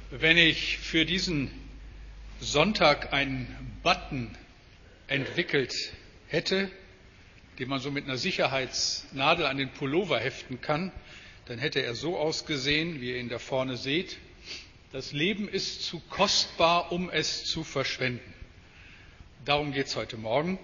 Wenn ich für diesen Sonntag einen Button entwickelt hätte, den man so mit einer Sicherheitsnadel an den Pullover heften kann, dann hätte er so ausgesehen, wie ihr ihn da vorne seht: Das Leben ist zu kostbar, um es zu verschwenden. Darum geht es heute Morgen.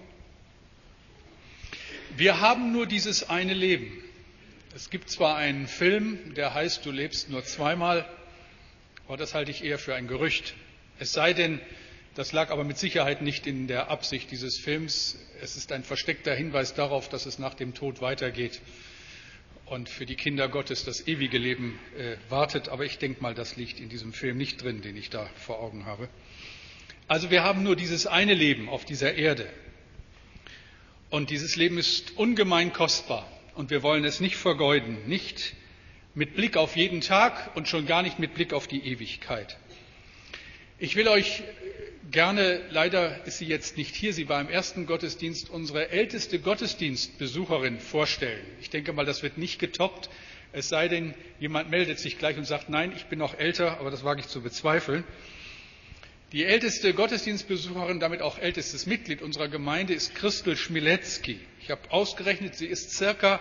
Wir haben nur dieses eine Leben. Es gibt zwar einen Film, der heißt Du lebst nur zweimal, aber das halte ich eher für ein Gerücht. Es sei denn, das lag aber mit Sicherheit nicht in der Absicht dieses Films. Es ist ein versteckter Hinweis darauf, dass es nach dem Tod weitergeht und für die Kinder Gottes das ewige Leben wartet. Aber ich denke mal, das liegt in diesem Film nicht drin, den ich da vor Augen habe. Also wir haben nur dieses eine Leben auf dieser Erde. Und dieses Leben ist ungemein kostbar. Und wir wollen es nicht vergeuden, nicht mit Blick auf jeden Tag und schon gar nicht mit Blick auf die Ewigkeit. Ich will euch gerne, leider ist sie jetzt nicht hier, sie war im ersten Gottesdienst, unsere älteste Gottesdienstbesucherin vorstellen. Ich denke mal, das wird nicht getoppt, es sei denn, jemand meldet sich gleich und sagt, nein, ich bin noch älter, aber das wage ich zu bezweifeln. Die älteste Gottesdienstbesucherin, damit auch ältestes Mitglied unserer Gemeinde, ist Christel Schmilecki. Ich habe ausgerechnet, sie ist circa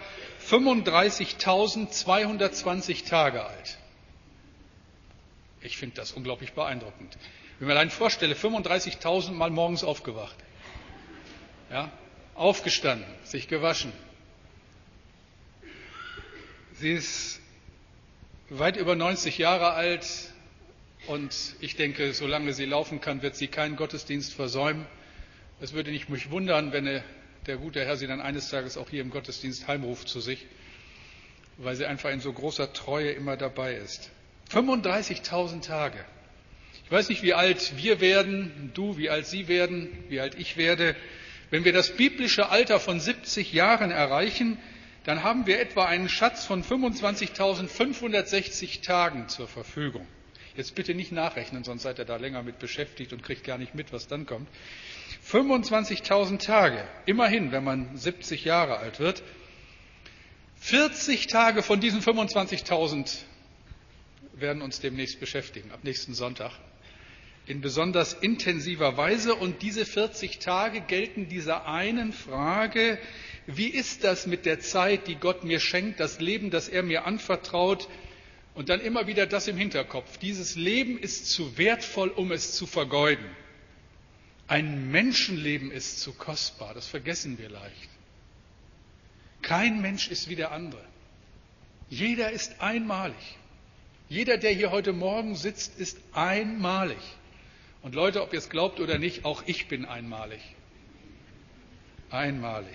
35.220 Tage alt. Ich finde das unglaublich beeindruckend. Wenn ich mir allein vorstelle, 35.000 Mal morgens aufgewacht, ja, aufgestanden, sich gewaschen. Sie ist weit über 90 Jahre alt und ich denke, solange sie laufen kann, wird sie keinen Gottesdienst versäumen. Es würde mich wundern, wenn der gute Herr sie dann eines Tages auch hier im Gottesdienst heimruft zu sich, weil sie einfach in so großer Treue immer dabei ist. 35.000 Tage. Ich weiß nicht, wie alt wir werden, du, wie alt Sie werden, wie alt ich werde. Wenn wir das biblische Alter von 70 Jahren erreichen, dann haben wir etwa einen Schatz von 25.560 Tagen zur Verfügung. Jetzt bitte nicht nachrechnen, sonst seid ihr da länger mit beschäftigt und kriegt gar nicht mit, was dann kommt. 25.000 Tage, immerhin, wenn man 70 Jahre alt wird. 40 Tage von diesen 25.000 werden uns demnächst beschäftigen, ab nächsten Sonntag, in besonders intensiver Weise. Und diese 40 Tage gelten dieser einen Frage: Wie ist das mit der Zeit, die Gott mir schenkt, das Leben, das er mir anvertraut? Und dann immer wieder das im Hinterkopf: Dieses Leben ist zu wertvoll, um es zu vergeuden. Ein Menschenleben ist zu kostbar, das vergessen wir leicht. Kein Mensch ist wie der andere. Jeder ist einmalig. Jeder, der hier heute Morgen sitzt, ist einmalig. Und Leute, ob ihr es glaubt oder nicht, auch ich bin einmalig. Einmalig.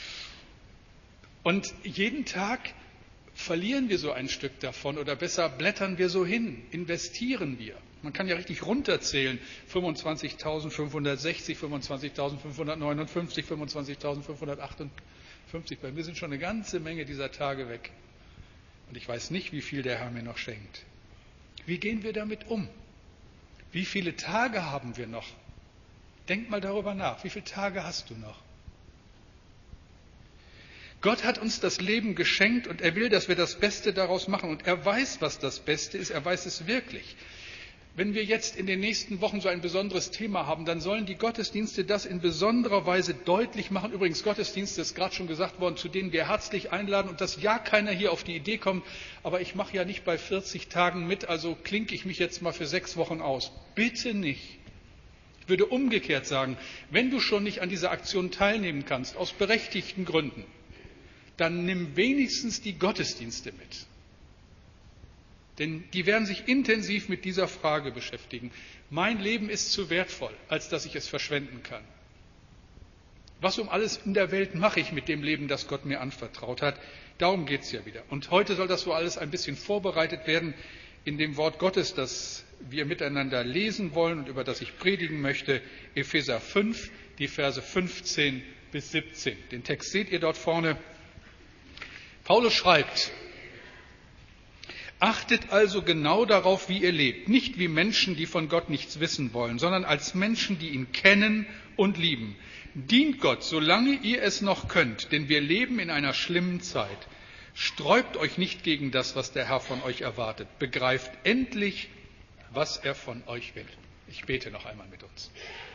Und jeden Tag verlieren wir so ein Stück davon, oder besser blättern wir so hin, investieren wir. Man kann ja richtig runterzählen: 25.560, 25.559, 25.558. Bei mir sind schon eine ganze Menge dieser Tage weg. Und ich weiß nicht, wie viel der Herr mir noch schenkt. Wie gehen wir damit um? Wie viele Tage haben wir noch? Denk mal darüber nach. Wie viele Tage hast du noch? Gott hat uns das Leben geschenkt und er will, dass wir das Beste daraus machen. Und er weiß, was das Beste ist. Er weiß es wirklich. Wenn wir jetzt in den nächsten Wochen so ein besonderes Thema haben, dann sollen die Gottesdienste das in besonderer Weise deutlich machen. Übrigens, Gottesdienste, ist gerade schon gesagt worden, zu denen wir herzlich einladen und dass ja keiner hier auf die Idee kommt, aber ich mache ja nicht bei 40 Tagen mit, also klinke ich mich jetzt mal für 6 Wochen aus. Bitte nicht. Ich würde umgekehrt sagen, wenn du schon nicht an dieser Aktion teilnehmen kannst, aus berechtigten Gründen, dann nimm wenigstens die Gottesdienste mit. Denn die werden sich intensiv mit dieser Frage beschäftigen. Mein Leben ist zu wertvoll, als dass ich es verschwenden kann. Was um alles in der Welt mache ich mit dem Leben, das Gott mir anvertraut hat? Darum geht es ja wieder. Und heute soll das so alles ein bisschen vorbereitet werden in dem Wort Gottes, das wir miteinander lesen wollen und über das ich predigen möchte. Epheser 5, die Verse 15 bis 17. Den Text seht ihr dort vorne. Paulus schreibt: Achtet also genau darauf, wie ihr lebt, nicht wie Menschen, die von Gott nichts wissen wollen, sondern als Menschen, die ihn kennen und lieben. Dient Gott, solange ihr es noch könnt, denn wir leben in einer schlimmen Zeit. Sträubt euch nicht gegen das, was der Herr von euch erwartet. Begreift endlich, was er von euch will. Ich bete noch einmal mit uns.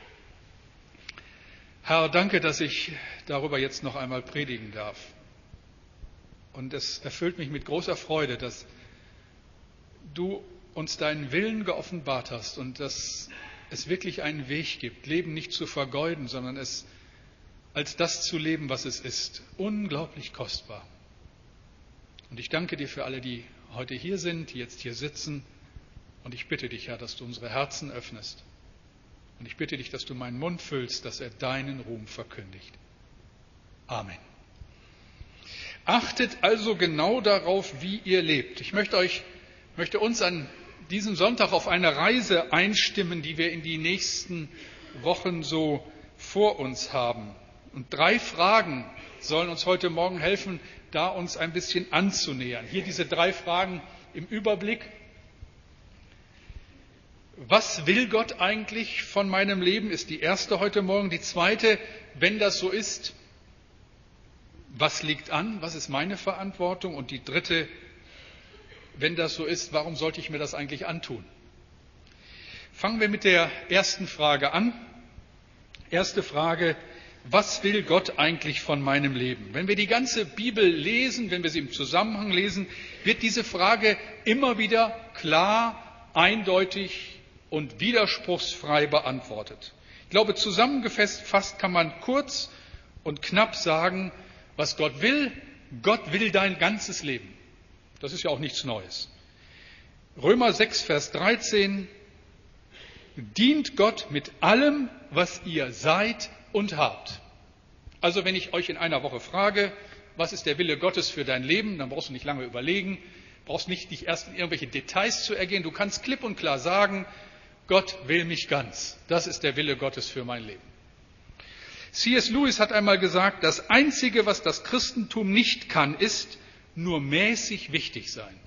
Herr, danke, dass ich darüber jetzt noch einmal predigen darf. Und es erfüllt mich mit großer Freude, dass du uns deinen Willen geoffenbart hast und dass es wirklich einen Weg gibt, Leben nicht zu vergeuden, sondern es als das zu leben, was es ist. Unglaublich kostbar. Und ich danke dir für alle, die heute hier sind, die jetzt hier sitzen. Und ich bitte dich, Herr, dass du unsere Herzen öffnest. Und ich bitte dich, dass du meinen Mund füllst, dass er deinen Ruhm verkündigt. Amen. Achtet also genau darauf, wie ihr lebt. Ich möchte uns an diesem Sonntag auf eine Reise einstimmen, die wir in die nächsten Wochen so vor uns haben. Und 3 Fragen sollen uns heute Morgen helfen, da uns ein bisschen anzunähern. Hier diese 3 Fragen im Überblick. Was will Gott eigentlich von meinem Leben, ist die erste heute Morgen. Die zweite, wenn das so ist, was liegt an? Was ist meine Verantwortung? Und die dritte, wenn das so ist, warum sollte ich mir das eigentlich antun? Fangen wir mit der ersten Frage an. Erste Frage, was will Gott eigentlich von meinem Leben? Wenn wir die ganze Bibel lesen, wenn wir sie im Zusammenhang lesen, wird diese Frage immer wieder klar, eindeutig und widerspruchsfrei beantwortet. Ich glaube, zusammengefasst kann man kurz und knapp sagen, was Gott will. Gott will dein ganzes Leben. Das ist ja auch nichts Neues. Römer 6, Vers 13. Dient Gott mit allem, was ihr seid und habt. Also wenn ich euch in einer Woche frage, was ist der Wille Gottes für dein Leben, dann brauchst du nicht lange überlegen, brauchst nicht dich erst in irgendwelche Details zu ergehen. Du kannst klipp und klar sagen, Gott will mich ganz. Das ist der Wille Gottes für mein Leben. C.S. Lewis hat einmal gesagt, das Einzige, was das Christentum nicht kann, ist nur mäßig wichtig sein.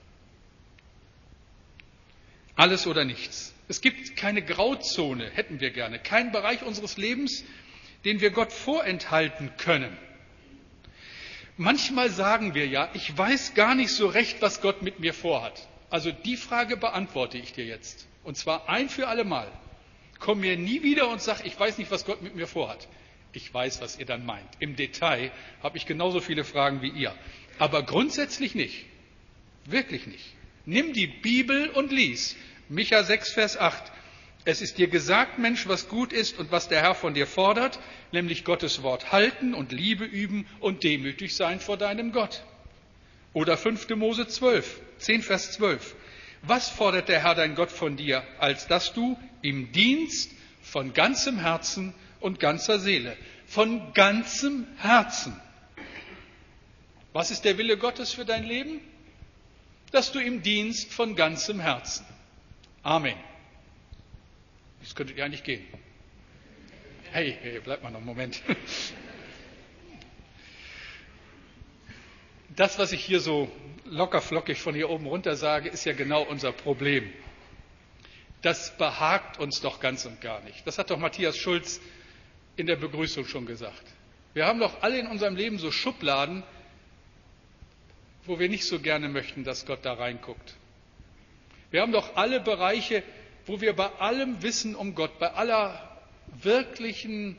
Alles oder nichts. Es gibt keine Grauzone, hätten wir gerne, keinen Bereich unseres Lebens, den wir Gott vorenthalten können. Manchmal sagen wir ja, ich weiß gar nicht so recht, was Gott mit mir vorhat. Also die Frage beantworte ich dir jetzt. Und zwar ein für alle Mal. Komm mir nie wieder und sag, ich weiß nicht, was Gott mit mir vorhat. Ich weiß, was ihr dann meint. Im Detail habe ich genauso viele Fragen wie ihr. Aber grundsätzlich nicht. Wirklich nicht. Nimm die Bibel und lies. Micha 6, Vers 8. Es ist dir gesagt, Mensch, was gut ist und was der Herr von dir fordert, nämlich Gottes Wort halten und Liebe üben und demütig sein vor deinem Gott. Oder 5. Mose 10, Vers 12. Was fordert der Herr dein Gott von dir, als dass du ihm dienst von ganzem Herzen und ganzer Seele? Von ganzem Herzen. Was ist der Wille Gottes für dein Leben? Dass du ihm dienst von ganzem Herzen. Amen. Das könntet ihr eigentlich gehen. Hey, bleibt mal noch einen Moment. Das, was ich hier so lockerflockig von hier oben runter sage, ist ja genau unser Problem. Das behagt uns doch ganz und gar nicht. Das hat doch Matthias Schulz in der Begrüßung schon gesagt. Wir haben doch alle in unserem Leben so Schubladen, wo wir nicht so gerne möchten, dass Gott da reinguckt. Wir haben doch alle Bereiche, wo wir bei allem Wissen um Gott, bei allem wirklichen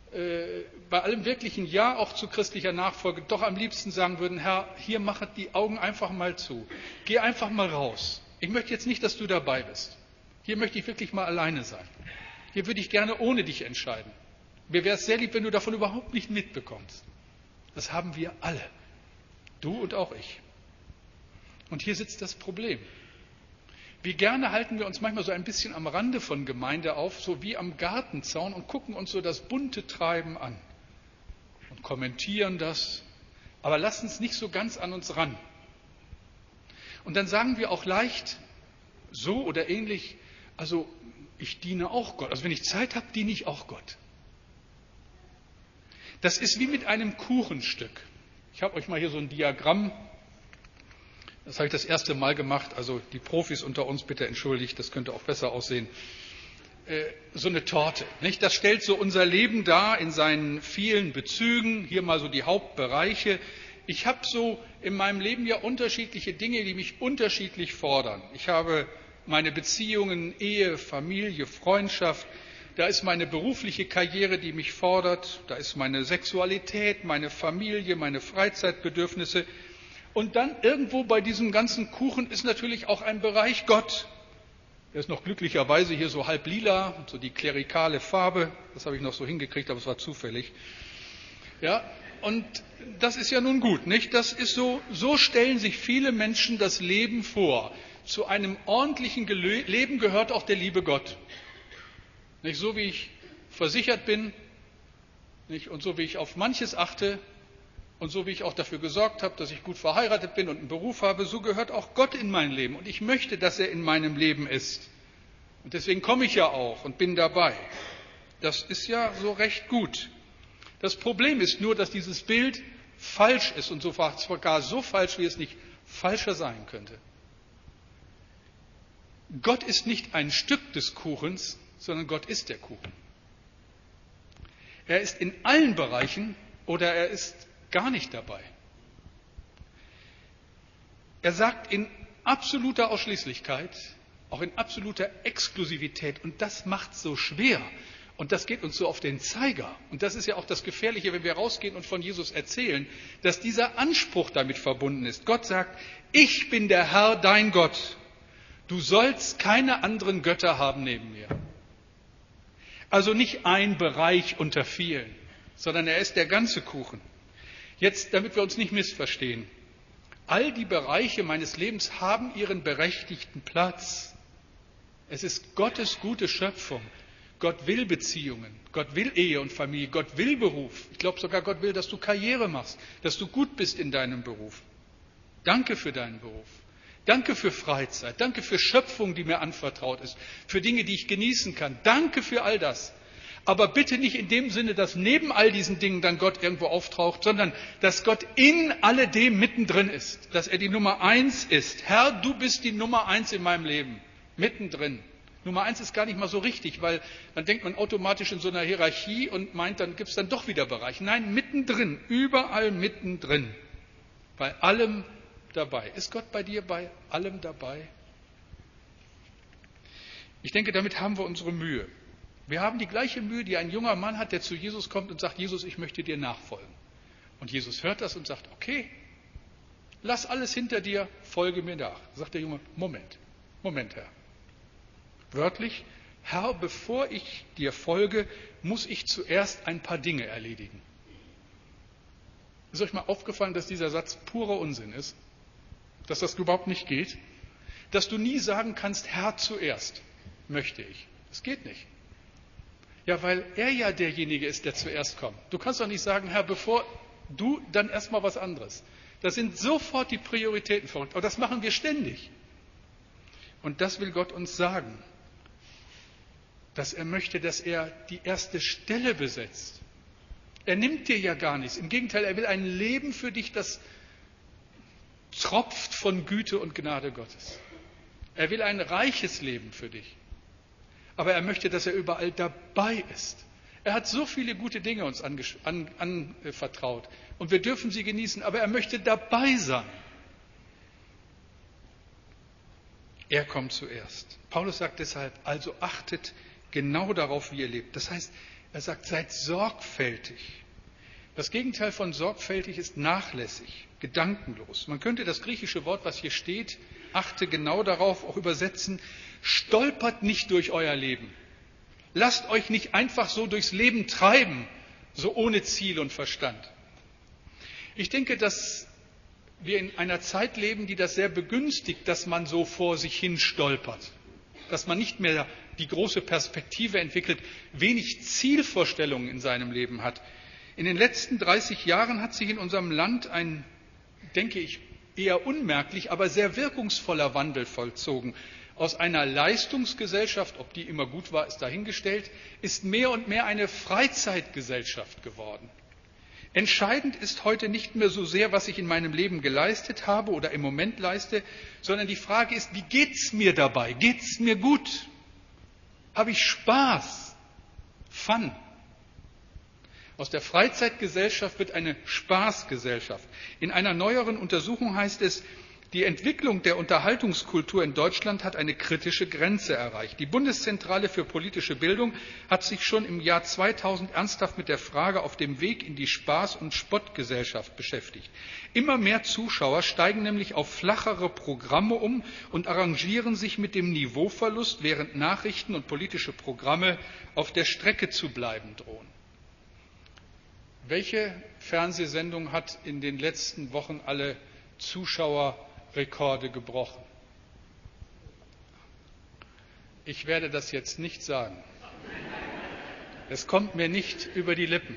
Ja auch zu christlicher Nachfolge doch am liebsten sagen würden, Herr, hier mach die Augen einfach mal zu. Geh einfach mal raus. Ich möchte jetzt nicht, dass du dabei bist. Hier möchte ich wirklich mal alleine sein. Hier würde ich gerne ohne dich entscheiden. Mir wäre es sehr lieb, wenn du davon überhaupt nicht mitbekommst. Das haben wir alle. Du und auch ich. Und hier sitzt das Problem. Wie gerne halten wir uns manchmal so ein bisschen am Rande von Gemeinde auf, so wie am Gartenzaun und gucken uns so das bunte Treiben an und kommentieren das, aber lassen es nicht so ganz an uns ran. Und dann sagen wir auch leicht, so oder ähnlich, also ich diene auch Gott. Also wenn ich Zeit habe, diene ich auch Gott. Das ist wie mit einem Kuchenstück. Ich habe euch mal hier so ein Diagramm. Das habe ich das erste Mal gemacht, also die Profis unter uns bitte entschuldigt, das könnte auch besser aussehen. So eine Torte, nicht? Das stellt so unser Leben dar in seinen vielen Bezügen, hier mal so die Hauptbereiche. Ich habe so in meinem Leben ja unterschiedliche Dinge, die mich unterschiedlich fordern. Ich habe meine Beziehungen, Ehe, Familie, Freundschaft, da ist meine berufliche Karriere, die mich fordert, da ist meine Sexualität, meine Familie, meine Freizeitbedürfnisse. Und dann irgendwo bei diesem ganzen Kuchen ist natürlich auch ein Bereich Gott. Der ist noch glücklicherweise hier so halb lila, so die klerikale Farbe, das habe ich noch so hingekriegt, aber es war zufällig. Ja, und das ist ja nun gut, nicht? Das ist so stellen sich viele Menschen das Leben vor. Zu einem ordentlichen Leben gehört auch der liebe Gott. Nicht so, wie ich versichert bin, nicht? Und so, wie ich auf manches achte und so, wie ich auch dafür gesorgt habe, dass ich gut verheiratet bin und einen Beruf habe, so gehört auch Gott in mein Leben. Und ich möchte, dass er in meinem Leben ist. Und deswegen komme ich ja auch und bin dabei. Das ist ja so recht gut. Das Problem ist nur, dass dieses Bild falsch ist und sogar so falsch, wie es nicht falscher sein könnte. Gott ist nicht ein Stück des Kuchens, sondern Gott ist der Kuchen. Er ist in allen Bereichen oder er ist gar nicht dabei. Er sagt in absoluter Ausschließlichkeit, auch in absoluter Exklusivität, und das macht es so schwer. Und das geht uns so auf den Zeiger. Und das ist ja auch das Gefährliche, wenn wir rausgehen und von Jesus erzählen, dass dieser Anspruch damit verbunden ist. Gott sagt, ich bin der Herr, dein Gott. Du sollst keine anderen Götter haben neben mir. Also nicht ein Bereich unter vielen, sondern er ist der ganze Kuchen. Jetzt, damit wir uns nicht missverstehen. All die Bereiche meines Lebens haben ihren berechtigten Platz. Es ist Gottes gute Schöpfung. Gott will Beziehungen, Gott will Ehe und Familie, Gott will Beruf. Ich glaube sogar, Gott will, dass du Karriere machst, dass du gut bist in deinem Beruf. Danke für deinen Beruf. Danke für Freizeit. Danke für Schöpfung, die mir anvertraut ist. Für Dinge, die ich genießen kann. Danke für all das. Aber bitte nicht in dem Sinne, dass neben all diesen Dingen dann Gott irgendwo auftaucht, sondern dass Gott in alledem mittendrin ist. Dass er die Nummer 1 ist. Herr, du bist die Nummer 1 in meinem Leben. Mittendrin. Nummer 1 ist gar nicht mal so richtig, weil dann denkt man automatisch in so einer Hierarchie und meint, dann gibt es dann doch wieder Bereiche. Nein, mittendrin, überall mittendrin, bei allem dabei. Ist Gott bei dir bei allem dabei? Ich denke, damit haben wir unsere Mühe. Wir haben die gleiche Mühe, die ein junger Mann hat, der zu Jesus kommt und sagt, Jesus, ich möchte dir nachfolgen. Und Jesus hört das und sagt, okay, lass alles hinter dir, folge mir nach. Sagt der Junge, Moment, Herr. Wörtlich, Herr, bevor ich dir folge, muss ich zuerst ein paar Dinge erledigen. Ist euch mal aufgefallen, dass dieser Satz purer Unsinn ist? Dass das überhaupt nicht geht? Dass du nie sagen kannst, Herr zuerst, möchte ich. Das geht nicht. Ja, weil er ja derjenige ist, der zuerst kommt. Du kannst doch nicht sagen, Herr, bevor du, dann erstmal was anderes. Da sind sofort die Prioritäten verrückt. Aber das machen wir ständig. Und das will Gott uns sagen. Dass er möchte, dass er die erste Stelle besetzt. Er nimmt dir ja gar nichts. Im Gegenteil, er will ein Leben für dich, das tropft von Güte und Gnade Gottes. Er will ein reiches Leben für dich. Aber er möchte, dass er überall dabei ist. Er hat so viele gute Dinge uns anvertraut. Und wir dürfen sie genießen, aber er möchte dabei sein. Er kommt zuerst. Paulus sagt deshalb, also achtet genau darauf, wie ihr lebt. Das heißt, er sagt, seid sorgfältig. Das Gegenteil von sorgfältig ist nachlässig, gedankenlos. Man könnte das griechische Wort, was hier steht, achte genau darauf, auch übersetzen, stolpert nicht durch euer Leben. Lasst euch nicht einfach so durchs Leben treiben, so ohne Ziel und Verstand. Ich denke, dass wir in einer Zeit leben, die das sehr begünstigt, dass man so vor sich hin stolpert. Dass man nicht mehr die große Perspektive entwickelt, wenig Zielvorstellungen in seinem Leben hat. In den letzten 30 Jahren hat sich in unserem Land ein, denke ich, eher unmerklich, aber sehr wirkungsvoller Wandel vollzogen. Aus einer Leistungsgesellschaft, ob die immer gut war, ist dahingestellt, ist mehr und mehr eine Freizeitgesellschaft geworden. Entscheidend ist heute nicht mehr so sehr, was ich in meinem Leben geleistet habe oder im Moment leiste, sondern die Frage ist, wie geht's mir dabei? Geht's mir gut? Habe ich Spaß? Fun? Aus der Freizeitgesellschaft wird eine Spaßgesellschaft. In einer neueren Untersuchung heißt es, Die Entwicklung der Unterhaltungskultur in Deutschland hat eine kritische Grenze erreicht. Die Bundeszentrale für politische Bildung hat sich schon im Jahr 2000 ernsthaft mit der Frage auf dem Weg in die Spaß- und Spottgesellschaft beschäftigt. Immer mehr Zuschauer steigen nämlich auf flachere Programme um und arrangieren sich mit dem Niveauverlust, während Nachrichten und politische Programme auf der Strecke zu bleiben drohen. Welche Fernsehsendung hat in den letzten Wochen alle Zuschauerrekorde gebrochen? Ich werde das jetzt nicht sagen. Es kommt mir nicht über die Lippen.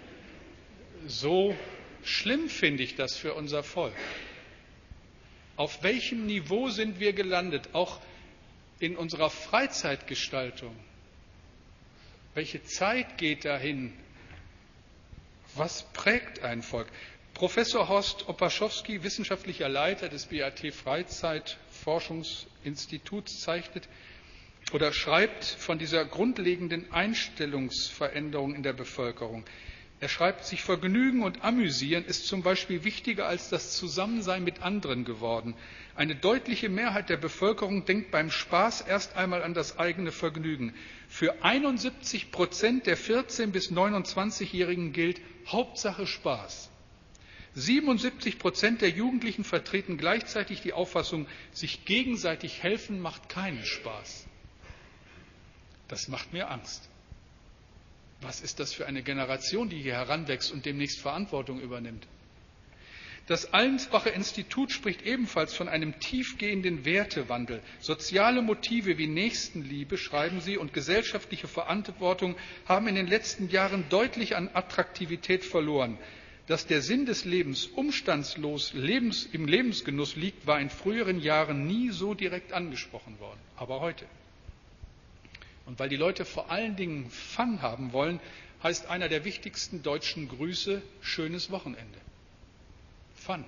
So schlimm finde ich das für unser Volk. Auf welchem Niveau sind wir gelandet, auch in unserer Freizeitgestaltung? Welche Zeit geht dahin? Was prägt ein Volk? Professor Horst Opaschowski, wissenschaftlicher Leiter des BAT Freizeitforschungsinstituts, zeichnet oder schreibt von dieser grundlegenden Einstellungsveränderung in der Bevölkerung. Er schreibt, sich vergnügen und amüsieren ist zum Beispiel wichtiger als das Zusammensein mit anderen geworden. Eine deutliche Mehrheit der Bevölkerung denkt beim Spaß erst einmal an das eigene Vergnügen. Für 71% der 14- bis 29-Jährigen gilt Hauptsache Spaß. 77% der Jugendlichen vertreten gleichzeitig die Auffassung, sich gegenseitig helfen macht keinen Spaß. Das macht mir Angst. Was ist das für eine Generation, die hier heranwächst und demnächst Verantwortung übernimmt? Das Allensbacher Institut spricht ebenfalls von einem tiefgehenden Wertewandel. Soziale Motive wie Nächstenliebe, schreiben sie, und gesellschaftliche Verantwortung haben in den letzten Jahren deutlich an Attraktivität verloren. Dass der Sinn des Lebens umstandslos im Lebensgenuss liegt, war in früheren Jahren nie so direkt angesprochen worden. Aber heute. Und weil die Leute vor allen Dingen Fun haben wollen, heißt einer der wichtigsten deutschen Grüße schönes Wochenende. Fun.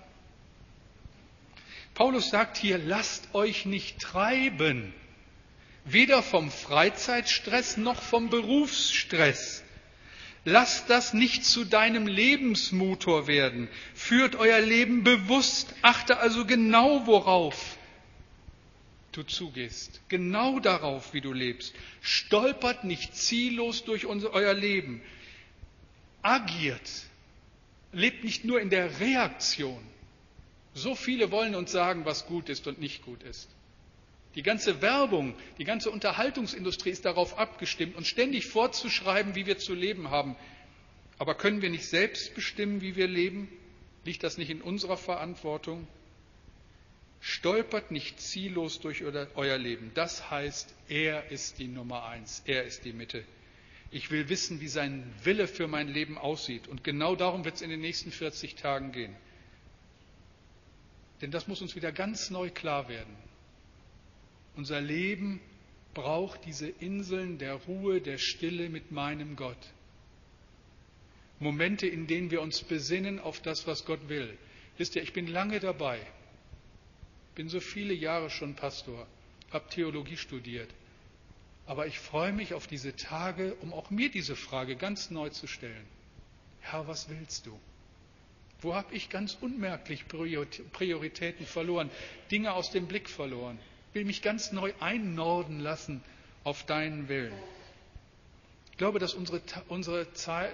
Paulus sagt hier, lasst euch nicht treiben, weder vom Freizeitstress noch vom Berufsstress. Lasst das nicht zu deinem Lebensmotor werden. Führt euer Leben bewusst. Achte also genau, worauf du zugehst. Genau darauf, wie du lebst. Stolpert nicht ziellos durch euer Leben. Agiert. Lebt nicht nur in der Reaktion. So viele wollen uns sagen, was gut ist und nicht gut ist. Die ganze Werbung, die ganze Unterhaltungsindustrie ist darauf abgestimmt, uns ständig vorzuschreiben, wie wir zu leben haben. Aber können wir nicht selbst bestimmen, wie wir leben? Liegt das nicht in unserer Verantwortung? Stolpert nicht ziellos durch euer Leben. Das heißt, er ist die Nummer 1, er ist die Mitte. Ich will wissen, wie sein Wille für mein Leben aussieht. Und genau darum wird es in den nächsten 40 Tagen gehen. Denn das muss uns wieder ganz neu klar werden. Unser Leben braucht diese Inseln der Ruhe, der Stille mit meinem Gott. Momente, in denen wir uns besinnen auf das, was Gott will. Wisst ihr, ich bin lange dabei. Bin so viele Jahre schon Pastor, habe Theologie studiert. Aber ich freue mich auf diese Tage, um auch mir diese Frage ganz neu zu stellen. Herr, was willst du? Wo habe ich ganz unmerklich Prioritäten verloren, Dinge aus dem Blick verloren? Ich will mich ganz neu einnorden lassen auf deinen Willen. Ich glaube, dass unsere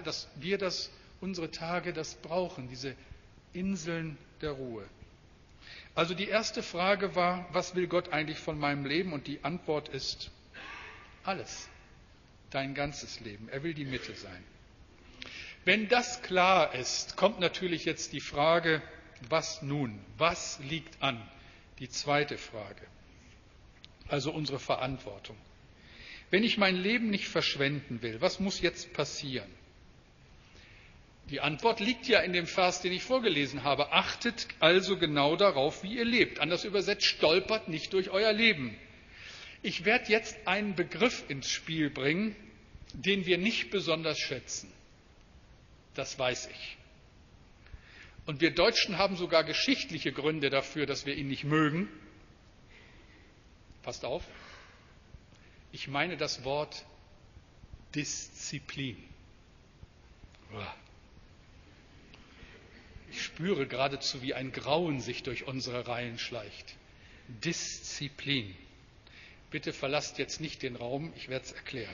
Tage das brauchen, diese Inseln der Ruhe. Also die erste Frage war, was will Gott eigentlich von meinem Leben? Und die Antwort ist alles, dein ganzes Leben. Er will die Mitte sein. Wenn das klar ist, kommt natürlich jetzt die Frage, was nun? Was liegt an? Die zweite Frage. Also unsere Verantwortung. Wenn ich mein Leben nicht verschwenden will, was muss jetzt passieren? Die Antwort liegt ja in dem Vers, den ich vorgelesen habe. Achtet also genau darauf, wie ihr lebt. Anders übersetzt, stolpert nicht durch euer Leben. Ich werde jetzt einen Begriff ins Spiel bringen, den wir nicht besonders schätzen. Das weiß ich. Und wir Deutschen haben sogar geschichtliche Gründe dafür, dass wir ihn nicht mögen. Passt auf. Ich meine das Wort Disziplin. Ich spüre geradezu, wie ein Grauen sich durch unsere Reihen schleicht. Disziplin. Bitte verlasst jetzt nicht den Raum, ich werde es erklären.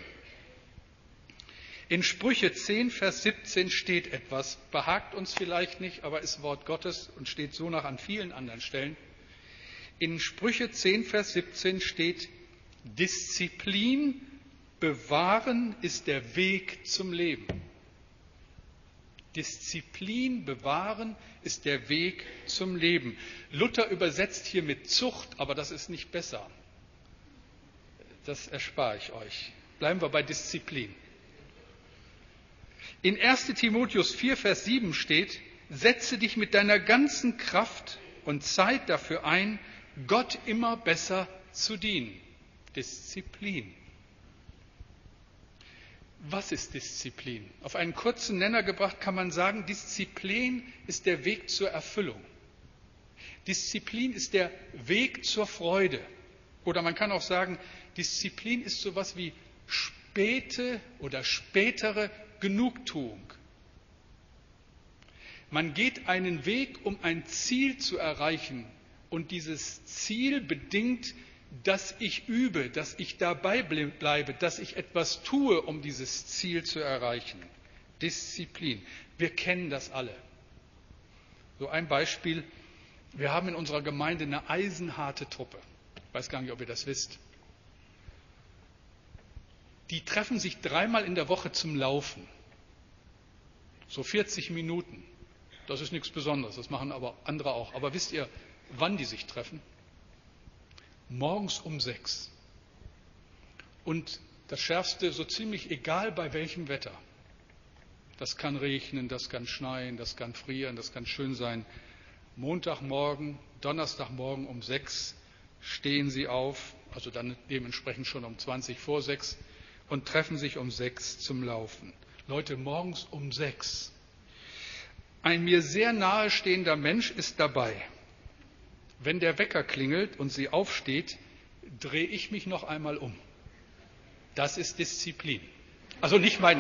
In Sprüche 10, Vers 17 steht etwas, behagt uns vielleicht nicht, aber ist Wort Gottes und steht so nach an vielen anderen Stellen. In Sprüche 10, Vers 17 steht, Disziplin bewahren ist der Weg zum Leben. Disziplin bewahren ist der Weg zum Leben. Luther übersetzt hier mit Zucht, aber das ist nicht besser. Das erspare ich euch. Bleiben wir bei Disziplin. In 1. Timotheus 4, Vers 7 steht, setze dich mit deiner ganzen Kraft und Zeit dafür ein, Gott immer besser zu dienen. Disziplin. Was ist Disziplin? Auf einen kurzen Nenner gebracht kann man sagen, Disziplin ist der Weg zur Erfüllung. Disziplin ist der Weg zur Freude. Oder man kann auch sagen, Disziplin ist sowas wie späte oder spätere Genugtuung. Man geht einen Weg, um ein Ziel zu erreichen. Und dieses Ziel bedingt, dass ich übe, dass ich dabei bleibe, dass ich etwas tue, um dieses Ziel zu erreichen. Disziplin. Wir kennen das alle. So ein Beispiel. Wir haben in unserer Gemeinde eine eisenharte Truppe. Ich weiß gar nicht, ob ihr das wisst. Die treffen sich 3-mal in der Woche zum Laufen. So 40 Minuten. Das ist nichts Besonderes, das machen aber andere auch. Aber wisst ihr, wann die sich treffen? Morgens um 6. Und das Schärfste, so ziemlich egal bei welchem Wetter. Das kann regnen, das kann schneien, das kann frieren, das kann schön sein. Montagmorgen, Donnerstagmorgen um 6 stehen sie auf, also dann dementsprechend schon um 20 vor 6 und treffen sich um 6 zum Laufen. Leute, morgens um 6. Ein mir sehr nahestehender Mensch ist dabei. Wenn der Wecker klingelt und sie aufsteht, drehe ich mich noch einmal um. Das ist Disziplin. Also nicht mein...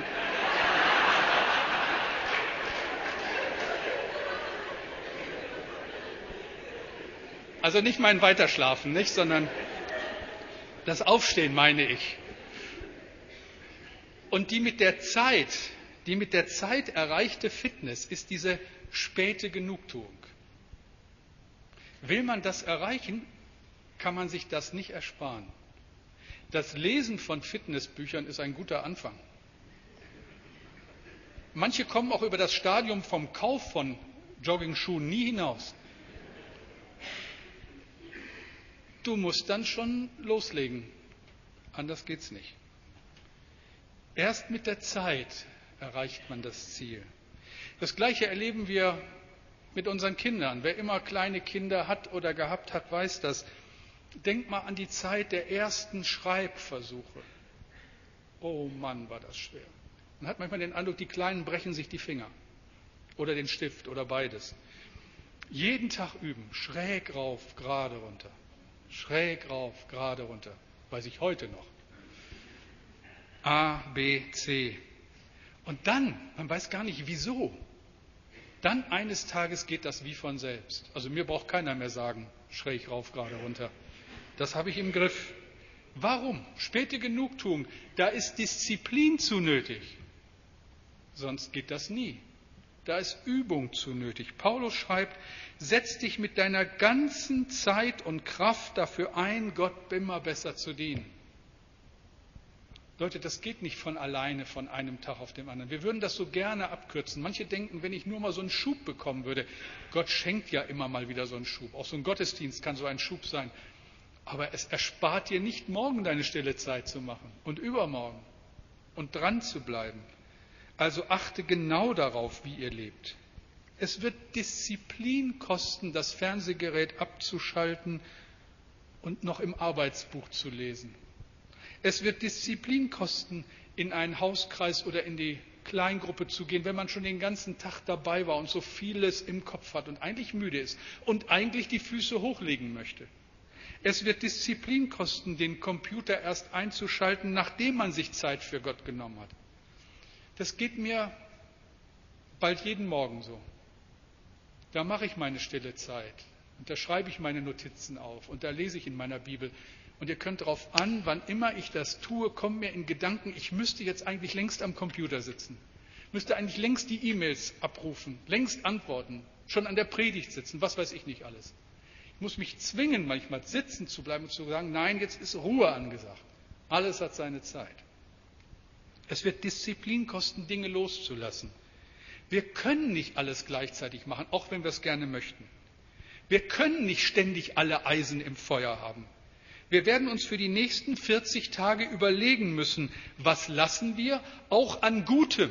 Also nicht mein Weiterschlafen, nicht, sondern das Aufstehen, meine ich. Und die mit der Zeit erreichte Fitness ist diese späte Genugtuung. Will man das erreichen, kann man sich das nicht ersparen. Das Lesen von Fitnessbüchern ist ein guter Anfang. Manche kommen auch über das Stadium vom Kauf von Joggingschuhen nie hinaus. Du musst dann schon loslegen, anders geht's nicht. Erst mit der Zeit erreicht man das Ziel. Das Gleiche erleben wir mit unseren Kindern. Wer immer kleine Kinder hat oder gehabt hat, weiß das. Denkt mal an die Zeit der ersten Schreibversuche. Oh Mann, war das schwer. Man hat manchmal den Eindruck, die Kleinen brechen sich die Finger oder den Stift oder beides. Jeden Tag üben, schräg rauf, gerade runter. Schräg rauf, gerade runter. Weiß ich heute noch. A, B, C. Und dann, man weiß gar nicht wieso, dann eines Tages geht das wie von selbst. Also mir braucht keiner mehr sagen, schräg rauf, gerade runter. Das habe ich im Griff. Warum? Späte Genugtuung. Da ist Disziplin zu nötig. Sonst geht das nie. Da ist Übung zu nötig. Paulus schreibt, setz dich mit deiner ganzen Zeit und Kraft dafür ein, Gott immer besser zu dienen. Leute, das geht nicht von alleine, von einem Tag auf den anderen. Wir würden das so gerne abkürzen. Manche denken, wenn ich nur mal so einen Schub bekommen würde, Gott schenkt ja immer mal wieder so einen Schub. Auch so ein Gottesdienst kann so ein Schub sein. Aber es erspart dir nicht, morgen deine stille Zeit zu machen und übermorgen und dran zu bleiben. Also achte genau darauf, wie ihr lebt. Es wird Disziplin kosten, das Fernsehgerät abzuschalten und noch im Arbeitsbuch zu lesen. Es wird Disziplin kosten, in einen Hauskreis oder in die Kleingruppe zu gehen, wenn man schon den ganzen Tag dabei war und so vieles im Kopf hat und eigentlich müde ist und eigentlich die Füße hochlegen möchte. Es wird Disziplin kosten, den Computer erst einzuschalten, nachdem man sich Zeit für Gott genommen hat. Das geht mir bald jeden Morgen so. Da mache ich meine stille Zeit und da schreibe ich meine Notizen auf und da lese ich in meiner Bibel. Und ihr könnt darauf an, wann immer ich das tue, kommen mir in Gedanken, ich müsste jetzt eigentlich längst am Computer sitzen, müsste eigentlich längst die E-Mails abrufen, längst antworten, schon an der Predigt sitzen, was weiß ich nicht alles. Ich muss mich zwingen, manchmal sitzen zu bleiben und zu sagen, nein, jetzt ist Ruhe angesagt. Alles hat seine Zeit. Es wird Disziplin kosten, Dinge loszulassen. Wir können nicht alles gleichzeitig machen, auch wenn wir es gerne möchten. Wir können nicht ständig alle Eisen im Feuer haben. Wir werden uns für die nächsten 40 Tage überlegen müssen, was lassen wir, auch an Gutem.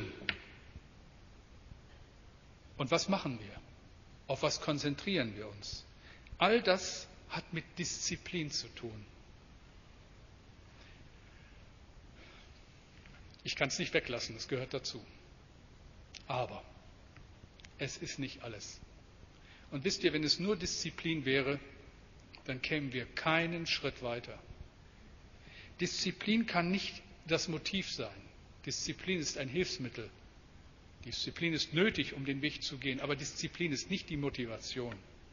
Und was machen wir? Auf was konzentrieren wir uns? All das hat mit Disziplin zu tun. Ich kann es nicht weglassen, es gehört dazu. Aber es ist nicht alles. Und wisst ihr, wenn es nur Disziplin wäre, dann kämen wir keinen Schritt weiter. Disziplin kann nicht das Motiv sein. Disziplin ist ein Hilfsmittel. Disziplin ist nötig, um den Weg zu gehen, aber Disziplin ist nicht die Motivation.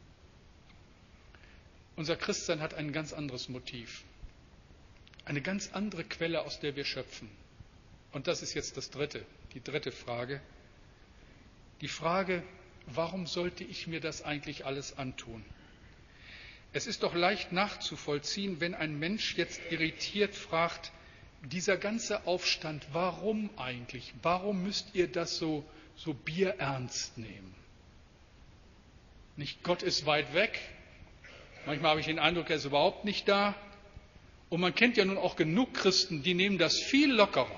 Unser Christsein hat ein ganz anderes Motiv. Eine ganz andere Quelle, aus der wir schöpfen. Und das ist jetzt die dritte Frage. Die Frage, warum sollte ich mir das eigentlich alles antun? Es ist doch leicht nachzuvollziehen, wenn ein Mensch jetzt irritiert fragt, dieser ganze Aufstand, warum eigentlich? Warum müsst ihr das so bierernst nehmen? Nicht Gott ist weit weg. Manchmal habe ich den Eindruck, er ist überhaupt nicht da. Und man kennt ja nun auch genug Christen, die nehmen das viel lockerer.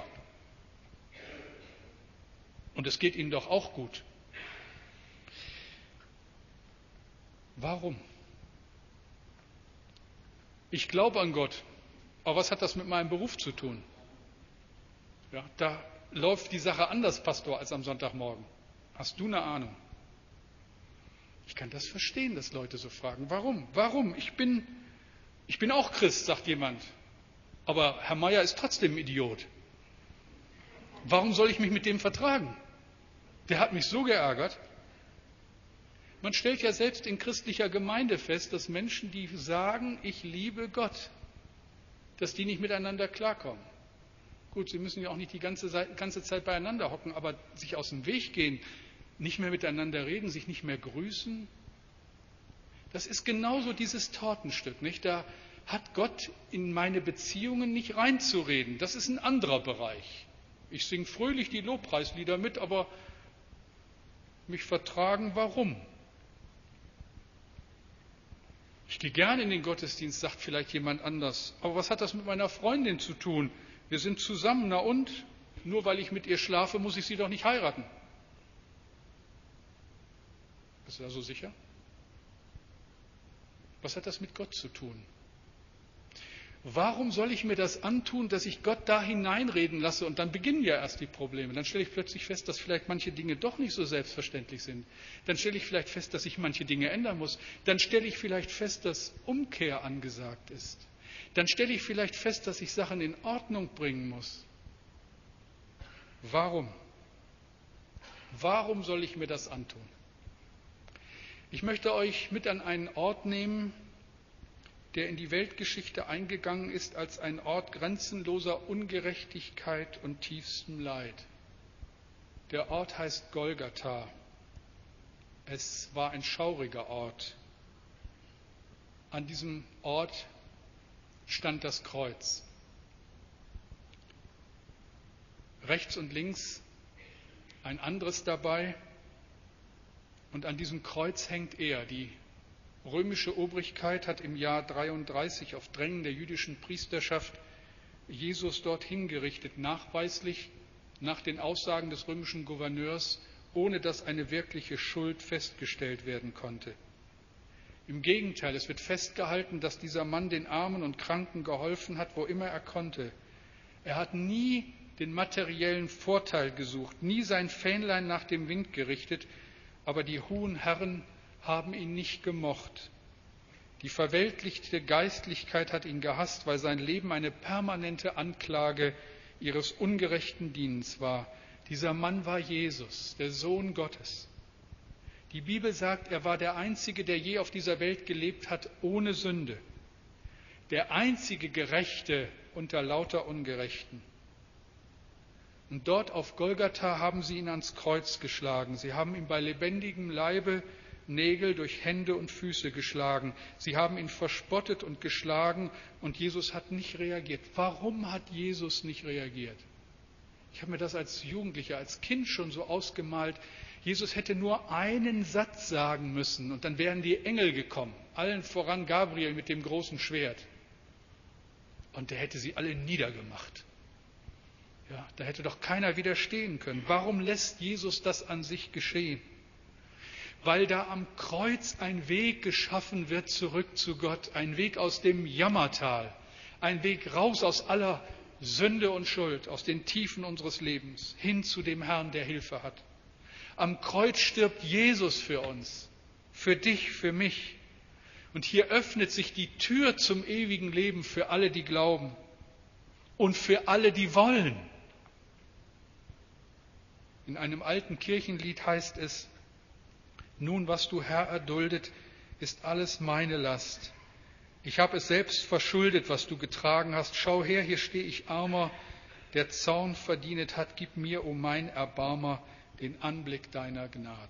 Und es geht ihnen doch auch gut. Warum? Ich glaube an Gott, aber was hat das mit meinem Beruf zu tun? Ja, da läuft die Sache anders, Pastor, als am Sonntagmorgen. Hast du eine Ahnung? Ich kann das verstehen, dass Leute so fragen. Warum? Warum? Ich bin auch Christ, sagt jemand. Aber Herr Meier ist trotzdem ein Idiot. Warum soll ich mich mit dem vertragen? Der hat mich so geärgert. Man stellt ja selbst in christlicher Gemeinde fest, dass Menschen, die sagen, ich liebe Gott, dass die nicht miteinander klarkommen. Gut, sie müssen ja auch nicht die ganze Zeit beieinander hocken, aber sich aus dem Weg gehen, nicht mehr miteinander reden, sich nicht mehr grüßen, das ist genauso dieses Tortenstück, nicht? Da hat Gott in meine Beziehungen nicht reinzureden. Das ist ein anderer Bereich. Ich singe fröhlich die Lobpreislieder mit, aber mich vertragen, warum? Ich gehe gerne in den Gottesdienst, sagt vielleicht jemand anders. Aber was hat das mit meiner Freundin zu tun? Wir sind zusammen, na und? Nur weil ich mit ihr schlafe, muss ich sie doch nicht heiraten. Bist du da so sicher? Was hat das mit Gott zu tun? Warum soll ich mir das antun, dass ich Gott da hineinreden lasse? Und dann beginnen ja erst die Probleme. Dann stelle ich plötzlich fest, dass vielleicht manche Dinge doch nicht so selbstverständlich sind. Dann stelle ich vielleicht fest, dass ich manche Dinge ändern muss. Dann stelle ich vielleicht fest, dass Umkehr angesagt ist. Dann stelle ich vielleicht fest, dass ich Sachen in Ordnung bringen muss. Warum? Warum soll ich mir das antun? Ich möchte euch mit an einen Ort nehmen, der in die Weltgeschichte eingegangen ist als ein Ort grenzenloser Ungerechtigkeit und tiefstem Leid. Der Ort heißt Golgatha. Es war ein schauriger Ort. An diesem Ort stand das Kreuz. Rechts und links ein anderes dabei. Und an diesem Kreuz hängt er. Die römische Obrigkeit hat im Jahr 33 auf Drängen der jüdischen Priesterschaft Jesus dort hingerichtet, nachweislich nach den Aussagen des römischen Gouverneurs, ohne dass eine wirkliche Schuld festgestellt werden konnte. Im Gegenteil, es wird festgehalten, dass dieser Mann den Armen und Kranken geholfen hat, wo immer er konnte. Er hat nie den materiellen Vorteil gesucht, nie sein Fähnlein nach dem Wind gerichtet, aber die hohen Herren haben ihn nicht gemocht. Die verweltlichte Geistlichkeit hat ihn gehasst, weil sein Leben eine permanente Anklage ihres ungerechten Dienens war. Dieser Mann war Jesus, der Sohn Gottes. Die Bibel sagt, er war der Einzige, der je auf dieser Welt gelebt hat, ohne Sünde. Der einzige Gerechte unter lauter Ungerechten. Und dort auf Golgatha haben sie ihn ans Kreuz geschlagen. Sie haben ihm bei lebendigem Leibe Nägel durch Hände und Füße geschlagen. Sie haben ihn verspottet und geschlagen und Jesus hat nicht reagiert. Warum hat Jesus nicht reagiert? Ich habe mir das als Jugendlicher, als Kind schon so ausgemalt. Jesus hätte nur einen Satz sagen müssen und dann wären die Engel gekommen. Allen voran Gabriel mit dem großen Schwert. Und der hätte sie alle niedergemacht. Ja, da hätte doch keiner widerstehen können. Warum lässt Jesus das an sich geschehen? Weil da am Kreuz ein Weg geschaffen wird zurück zu Gott, ein Weg aus dem Jammertal, ein Weg raus aus aller Sünde und Schuld, aus den Tiefen unseres Lebens, hin zu dem Herrn, der Hilfe hat. Am Kreuz stirbt Jesus für uns, für dich, für mich. Und hier öffnet sich die Tür zum ewigen Leben für alle, die glauben und für alle, die wollen. In einem alten Kirchenlied heißt es: Nun, was du, Herr, erduldet, ist alles meine Last. Ich habe es selbst verschuldet, was du getragen hast. Schau her, hier stehe ich armer, der Zorn verdient hat. Gib mir, o mein Erbarmer, den Anblick deiner Gnade.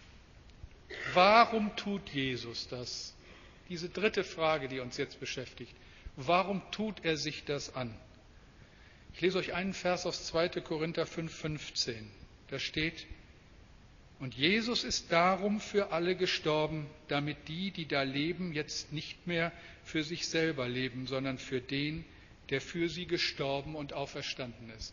Warum tut Jesus das? Diese dritte Frage, die uns jetzt beschäftigt. Warum tut er sich das an? Ich lese euch einen Vers aus 2. Korinther 5,15. Da steht: Und Jesus ist darum für alle gestorben, damit die, die da leben, jetzt nicht mehr für sich selber leben, sondern für den, der für sie gestorben und auferstanden ist.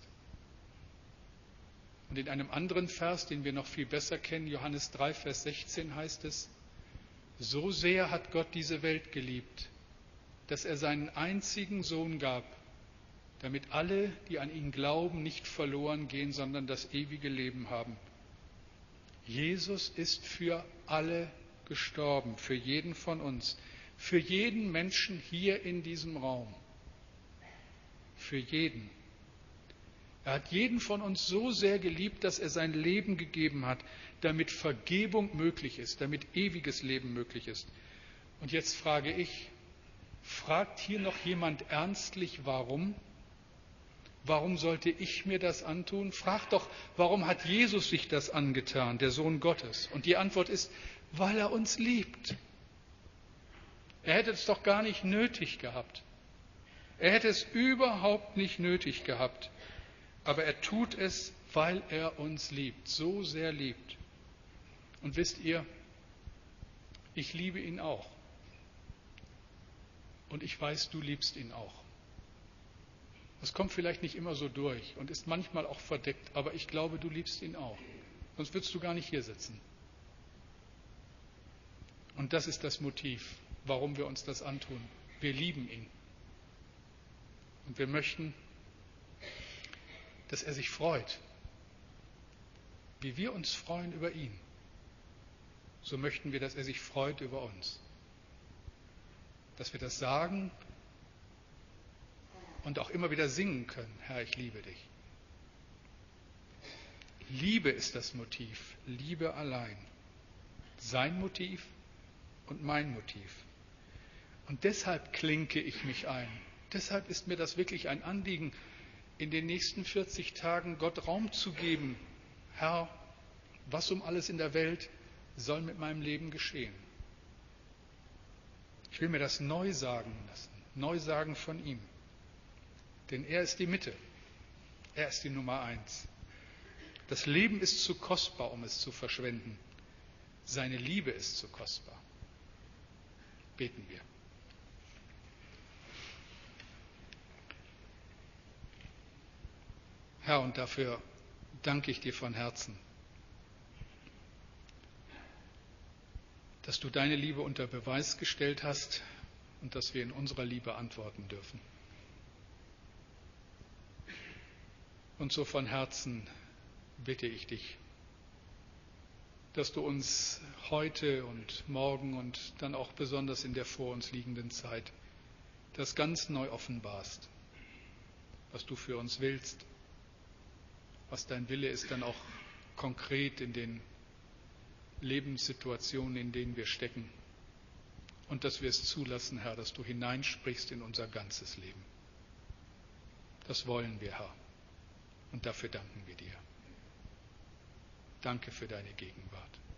Und in einem anderen Vers, den wir noch viel besser kennen, Johannes 3, Vers 16 heißt es: So sehr hat Gott diese Welt geliebt, dass er seinen einzigen Sohn gab, damit alle, die an ihn glauben, nicht verloren gehen, sondern das ewige Leben haben. Jesus ist für alle gestorben, für jeden von uns, für jeden Menschen hier in diesem Raum, für jeden. Er hat jeden von uns so sehr geliebt, dass er sein Leben gegeben hat, damit Vergebung möglich ist, damit ewiges Leben möglich ist. Und jetzt frage ich, fragt hier noch jemand ernstlich, warum? Warum sollte ich mir das antun? Frag doch, warum hat Jesus sich das angetan, der Sohn Gottes? Und die Antwort ist, weil er uns liebt. Er hätte es doch gar nicht nötig gehabt. Er hätte es überhaupt nicht nötig gehabt. Aber er tut es, weil er uns liebt, so sehr liebt. Und wisst ihr, ich liebe ihn auch. Und ich weiß, du liebst ihn auch. Das kommt vielleicht nicht immer so durch und ist manchmal auch verdeckt, aber ich glaube, du liebst ihn auch. Sonst würdest du gar nicht hier sitzen. Und das ist das Motiv, warum wir uns das antun. Wir lieben ihn. Und wir möchten, dass er sich freut. Wie wir uns freuen über ihn, so möchten wir, dass er sich freut über uns. Dass wir das sagen und auch immer wieder singen können: Herr, ich liebe dich. Liebe ist das Motiv, Liebe allein. Sein Motiv und mein Motiv. Und deshalb klinke ich mich ein. Deshalb ist mir das wirklich ein Anliegen, in den nächsten 40 Tagen Gott Raum zu geben. Herr, was um alles in der Welt soll mit meinem Leben geschehen? Ich will mir das neu sagen lassen, neu sagen von ihm. Denn er ist die Mitte, er ist die Nummer 1. Das Leben ist zu kostbar, um es zu verschwenden. Seine Liebe ist zu kostbar. Beten wir. Herr, und dafür danke ich dir von Herzen, dass du deine Liebe unter Beweis gestellt hast und dass wir in unserer Liebe antworten dürfen. Und so von Herzen bitte ich dich, dass du uns heute und morgen und dann auch besonders in der vor uns liegenden Zeit das ganz neu offenbarst, was du für uns willst, was dein Wille ist, dann auch konkret in den Lebenssituationen, in denen wir stecken. Und dass wir es zulassen, Herr, dass du hineinsprichst in unser ganzes Leben. Das wollen wir, Herr. Und dafür danken wir dir. Danke für deine Gegenwart.